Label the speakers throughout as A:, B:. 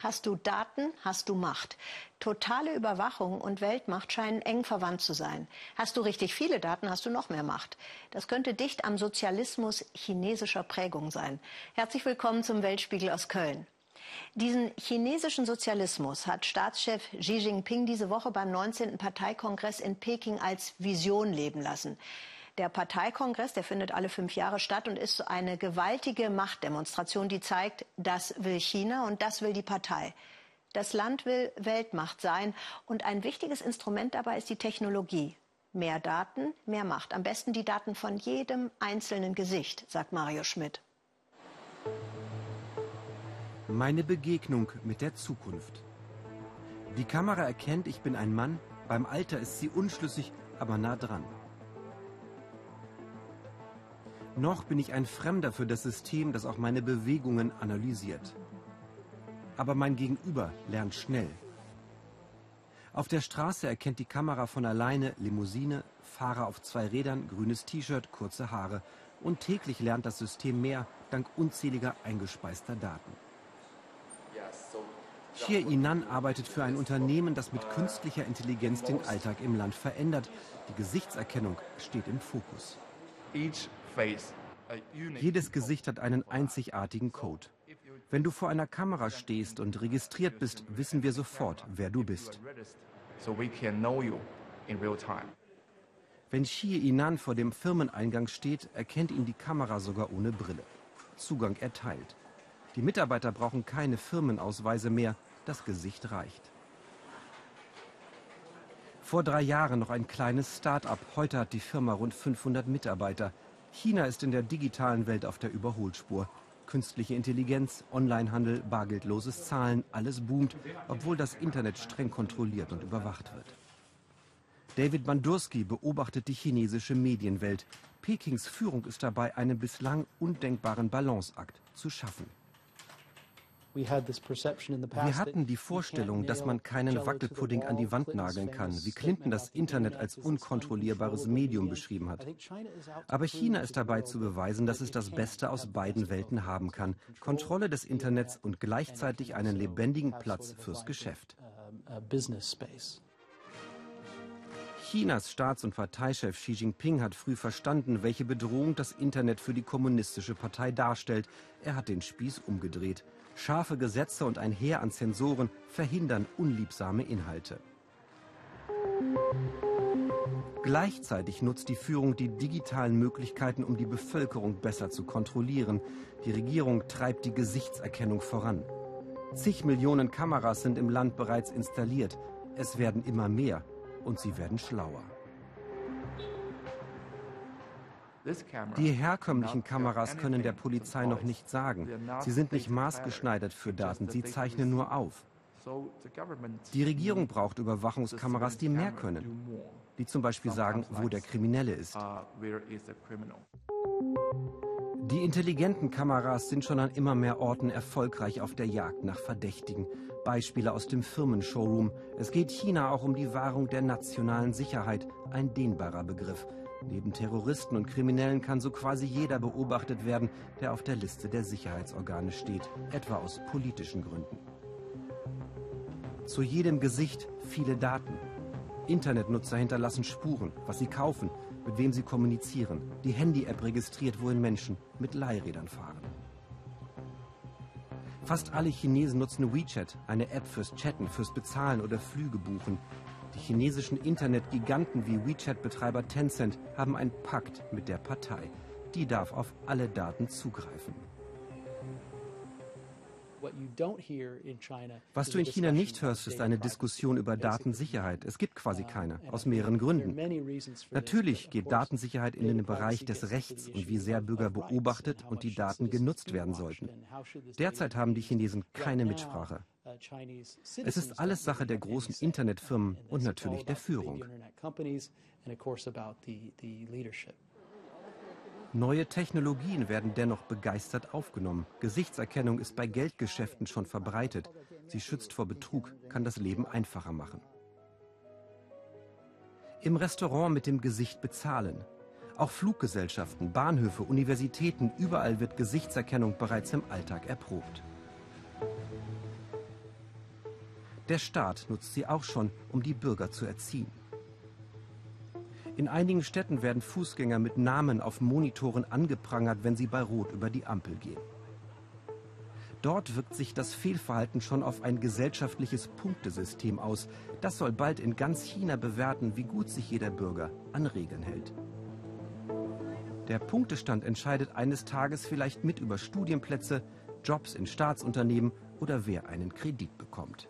A: Hast du Daten, hast du Macht. Totale Überwachung und Weltmacht scheinen eng verwandt zu sein. Hast du richtig viele Daten, hast du noch mehr Macht. Das könnte dicht am Sozialismus chinesischer Prägung sein. Herzlich willkommen zum Weltspiegel aus Köln. Diesen chinesischen Sozialismus hat Staatschef Xi Jinping diese Woche beim 19. Parteikongress in Peking als Vision leben lassen. Der Parteikongress, der findet alle 5 Jahre statt und ist so eine gewaltige Machtdemonstration, die zeigt, das will China und das will die Partei. Das Land will Weltmacht sein und ein wichtiges Instrument dabei ist die Technologie. Mehr Daten, mehr Macht. Am besten die Daten von jedem einzelnen Gesicht, sagt Mario Schmidt.
B: Meine Begegnung mit der Zukunft. Die Kamera erkennt, ich bin ein Mann. Beim Alter ist sie unschlüssig, aber nah dran. Noch bin ich ein Fremder für das System, das auch meine Bewegungen analysiert. Aber mein Gegenüber lernt schnell. Auf der Straße erkennt die Kamera von alleine Limousine, Fahrer auf 2 Rädern, grünes T-Shirt, kurze Haare. Und täglich lernt das System mehr, dank unzähliger eingespeister Daten. Xie Yinan arbeitet für ein Unternehmen, das mit künstlicher Intelligenz den Alltag im Land verändert. Die Gesichtserkennung steht im Fokus. Jedes Gesicht hat einen einzigartigen Code. Wenn du vor einer Kamera stehst und registriert bist, wissen wir sofort, wer du bist. Wenn Xie Yinan vor dem Firmeneingang steht, erkennt ihn die Kamera sogar ohne Brille. Zugang erteilt. Die Mitarbeiter brauchen keine Firmenausweise mehr, das Gesicht reicht. Vor 3 Jahren noch ein kleines Start-up, heute hat die Firma rund 500 Mitarbeiter. China ist in der digitalen Welt auf der Überholspur. Künstliche Intelligenz, Onlinehandel, bargeldloses Zahlen, alles boomt, obwohl das Internet streng kontrolliert und überwacht wird. David Bandurski beobachtet die chinesische Medienwelt. Pekings Führung ist dabei, einen bislang undenkbaren Balanceakt zu schaffen. Wir hatten die Vorstellung, dass man keinen Wackelpudding an die Wand nageln kann, wie Clinton das Internet als unkontrollierbares Medium beschrieben hat. Aber China ist dabei zu beweisen, dass es das Beste aus beiden Welten haben kann. Kontrolle des Internets und gleichzeitig einen lebendigen Platz fürs Geschäft. Chinas Staats- und Parteichef Xi Jinping hat früh verstanden, welche Bedrohung das Internet für die kommunistische Partei darstellt. Er hat den Spieß umgedreht. Scharfe Gesetze und ein Heer an Zensoren verhindern unliebsame Inhalte. Gleichzeitig nutzt die Führung die digitalen Möglichkeiten, um die Bevölkerung besser zu kontrollieren. Die Regierung treibt die Gesichtserkennung voran. Zig Millionen Kameras sind im Land bereits installiert. Es werden immer mehr und sie werden schlauer. Die herkömmlichen Kameras können der Polizei noch nicht sagen. Sie sind nicht maßgeschneidert für Daten, sie zeichnen nur auf. Die Regierung braucht Überwachungskameras, die mehr können, die zum Beispiel sagen, wo der Kriminelle ist. Die intelligenten Kameras sind schon an immer mehr Orten erfolgreich auf der Jagd nach Verdächtigen. Beispiele aus dem Firmenshowroom. Es geht China auch um die Wahrung der nationalen Sicherheit, ein dehnbarer Begriff. Neben Terroristen und Kriminellen kann so quasi jeder beobachtet werden, der auf der Liste der Sicherheitsorgane steht, etwa aus politischen Gründen. Zu jedem Gesicht viele Daten. Internetnutzer hinterlassen Spuren, was sie kaufen, mit wem sie kommunizieren. Die Handy-App registriert, wohin Menschen mit Leihrädern fahren. Fast alle Chinesen nutzen WeChat, eine App fürs Chatten, fürs Bezahlen oder Flüge buchen. Die chinesischen Internetgiganten wie WeChat-Betreiber Tencent haben einen Pakt mit der Partei. Die darf auf alle Daten zugreifen. Was du in China nicht hörst, ist eine Diskussion über Datensicherheit. Es gibt quasi keine, aus mehreren Gründen. Natürlich geht Datensicherheit in den Bereich des Rechts und wie sehr Bürger beobachtet und die Daten genutzt werden sollten. Derzeit haben die Chinesen keine Mitsprache. Es ist alles Sache der großen Internetfirmen und natürlich der Führung. Neue Technologien werden dennoch begeistert aufgenommen. Gesichtserkennung ist bei Geldgeschäften schon verbreitet. Sie schützt vor Betrug, kann das Leben einfacher machen. Im Restaurant mit dem Gesicht bezahlen. Auch Fluggesellschaften, Bahnhöfe, Universitäten, überall wird Gesichtserkennung bereits im Alltag erprobt. Der Staat nutzt sie auch schon, um die Bürger zu erziehen. In einigen Städten werden Fußgänger mit Namen auf Monitoren angeprangert, wenn sie bei Rot über die Ampel gehen. Dort wirkt sich das Fehlverhalten schon auf ein gesellschaftliches Punktesystem aus. Das soll bald in ganz China bewerten, wie gut sich jeder Bürger an Regeln hält. Der Punktestand entscheidet eines Tages vielleicht mit über Studienplätze, Jobs in Staatsunternehmen oder wer einen Kredit bekommt.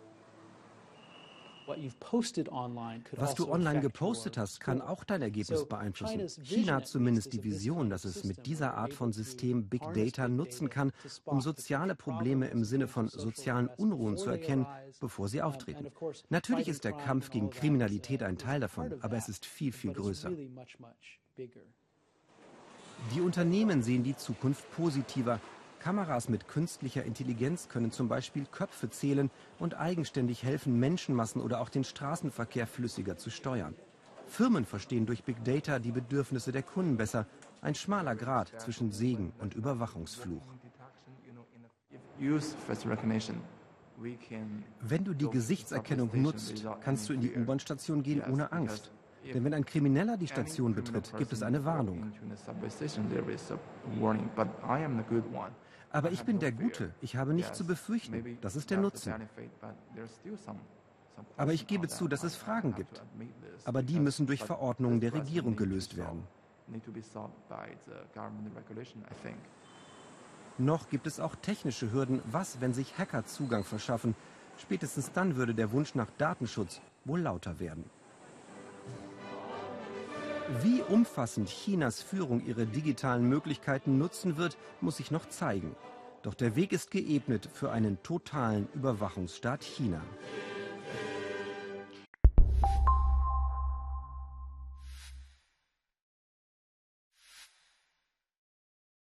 B: Was du online gepostet hast, kann auch dein Ergebnis beeinflussen. China hat zumindest die Vision, dass es mit dieser Art von System Big Data nutzen kann, um soziale Probleme im Sinne von sozialen Unruhen zu erkennen, bevor sie auftreten. Natürlich ist der Kampf gegen Kriminalität ein Teil davon, aber es ist viel, viel größer. Die Unternehmen sehen die Zukunft positiver. Kameras mit künstlicher Intelligenz können zum Beispiel Köpfe zählen und eigenständig helfen, Menschenmassen oder auch den Straßenverkehr flüssiger zu steuern. Firmen verstehen durch Big Data die Bedürfnisse der Kunden besser. Ein schmaler Grat zwischen Segen und Überwachungsfluch. Wenn du die Gesichtserkennung nutzt, kannst du in die U-Bahn-Station gehen ohne Angst. Denn wenn ein Krimineller die Station betritt, gibt es eine Warnung. Aber ich bin der Gute, ich habe nichts zu befürchten, das ist der Nutzen. Aber ich gebe zu, dass es Fragen gibt. Aber die müssen durch Verordnungen der Regierung gelöst werden. Noch gibt es auch technische Hürden. Was, wenn sich Hacker Zugang verschaffen? Spätestens dann würde der Wunsch nach Datenschutz wohl lauter werden. Wie umfassend Chinas Führung ihre digitalen Möglichkeiten nutzen wird, muss sich noch zeigen. Doch der Weg ist geebnet für einen totalen Überwachungsstaat China.